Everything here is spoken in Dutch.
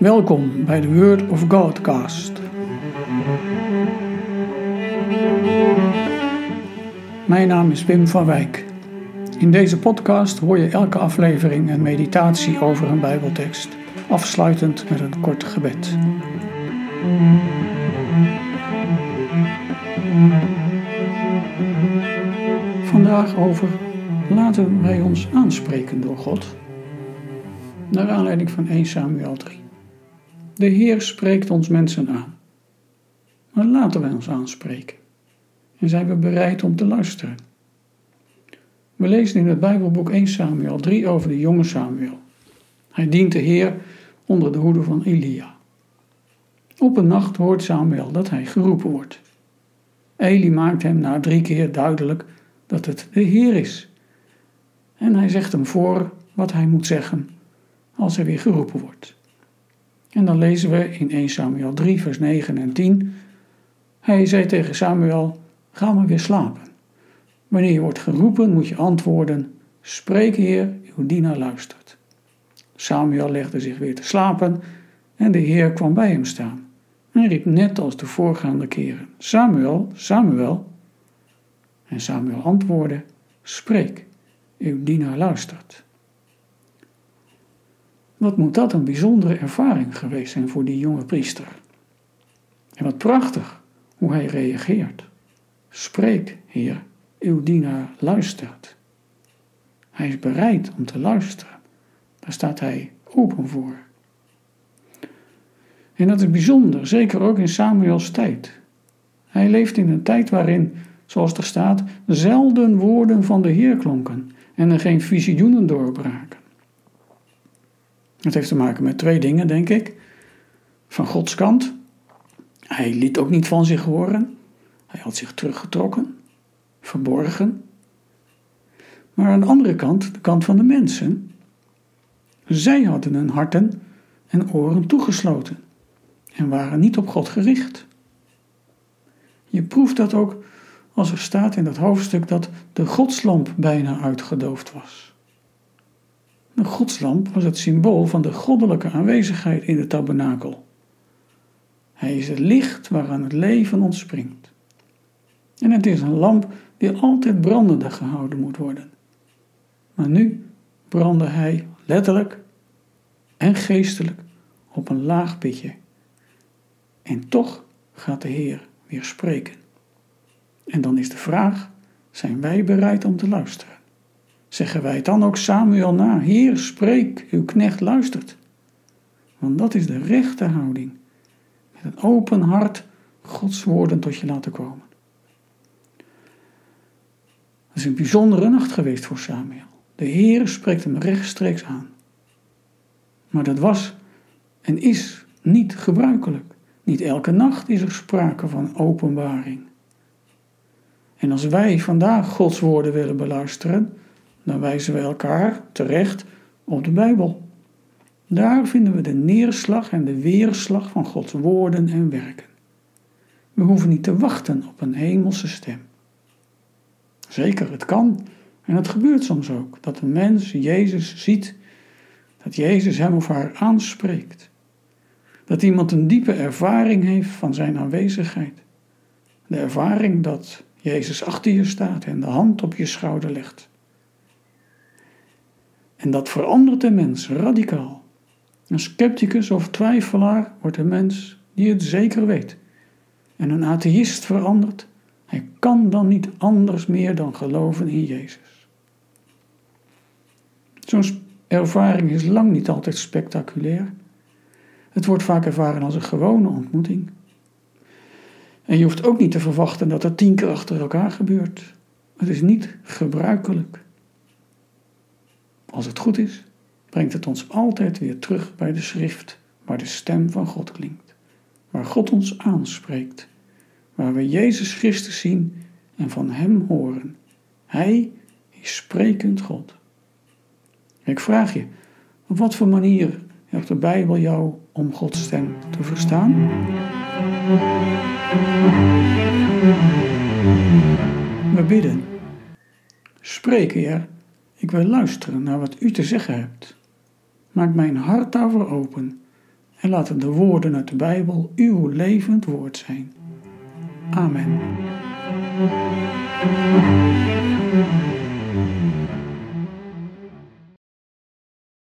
Welkom bij de Word of Godcast. Mijn naam is Wim van Wijk. In deze podcast hoor je elke aflevering een meditatie over een Bijbeltekst, afsluitend met een kort gebed. Vandaag over laten wij ons aanspreken door God. Naar aanleiding van 1 Samuel 3. De Heer spreekt ons mensen aan. Maar laten wij ons aanspreken. En zijn we bereid om te luisteren. We lezen in het Bijbelboek 1 Samuel 3 over de jonge Samuel. Hij dient de Heer onder de hoede van Elia. Op een nacht hoort Samuel dat hij geroepen wordt. Eli maakt hem na 3 keer duidelijk dat het de Heer is. En hij zegt hem voor wat hij moet zeggen als hij weer geroepen wordt. En dan lezen we in 1 Samuel 3 vers 9 en 10. Hij zei tegen Samuel, ga maar weer slapen. Wanneer je wordt geroepen moet je antwoorden, spreek Heer, uw dienaar luistert. Samuel legde zich weer te slapen en de Heer kwam bij hem staan. En riep net als de voorgaande keren, Samuel, Samuel. En Samuel antwoordde, spreek, uw dienaar luistert. Wat moet dat een bijzondere ervaring geweest zijn voor die jonge priester. En wat prachtig hoe hij reageert. Spreek, Heer, uw dienaar luistert. Hij is bereid om te luisteren. Daar staat hij open voor. En dat is bijzonder, zeker ook in Samuels tijd. Hij leeft in een tijd waarin, zoals er staat, zelden woorden van de Heer klonken en er geen visioenen doorbraken. Het heeft te maken met 2 dingen, denk ik. Van Gods kant. Hij liet ook niet van zich horen. Hij had zich teruggetrokken, verborgen. Maar aan de andere kant, de kant van de mensen. Zij hadden hun harten en oren toegesloten en waren niet op God gericht. Je proeft dat ook als er staat in dat hoofdstuk dat de godslamp bijna uitgedoofd was. De godslamp was het symbool van de goddelijke aanwezigheid in de tabernakel. Hij is het licht waaraan het leven ontspringt. En het is een lamp die altijd brandende gehouden moet worden. Maar nu brandde hij letterlijk en geestelijk op een laag pitje. En toch gaat de Heer weer spreken. En dan is de vraag, zijn wij bereid om te luisteren? Zeggen wij het dan ook Samuel na, Heer, spreek, uw knecht luistert. Want dat is de rechte houding. Met een open hart Gods woorden tot je laten komen. Het is een bijzondere nacht geweest voor Samuel. De Heer spreekt hem rechtstreeks aan. Maar dat was en is niet gebruikelijk. Niet elke nacht is er sprake van openbaring. En als wij vandaag Gods woorden willen beluisteren, dan wijzen we elkaar terecht op de Bijbel. Daar vinden we de neerslag en de weerslag van Gods woorden en werken. We hoeven niet te wachten op een hemelse stem. Zeker, het kan en het gebeurt soms ook, dat een mens Jezus ziet, dat Jezus hem of haar aanspreekt. Dat iemand een diepe ervaring heeft van zijn aanwezigheid. De ervaring dat Jezus achter je staat en de hand op je schouder legt. En dat verandert de mens radicaal. Een scepticus of twijfelaar wordt een mens die het zeker weet. En een atheïst verandert. Hij kan dan niet anders meer dan geloven in Jezus. Zo'n ervaring is lang niet altijd spectaculair. Het wordt vaak ervaren als een gewone ontmoeting. En je hoeft ook niet te verwachten dat het 10 keer achter elkaar gebeurt. Het is niet gebruikelijk. Als het goed is, brengt het ons altijd weer terug bij de schrift, waar de stem van God klinkt. Waar God ons aanspreekt. Waar we Jezus Christus zien en van Hem horen. Hij is sprekend God. Ik vraag je, op wat voor manier helpt de Bijbel jou om Gods stem te verstaan? We bidden. Spreek, Heer, ik wil luisteren naar wat u te zeggen hebt. Maak mijn hart daarvoor open En laten de woorden uit de Bijbel uw levend woord zijn. Amen.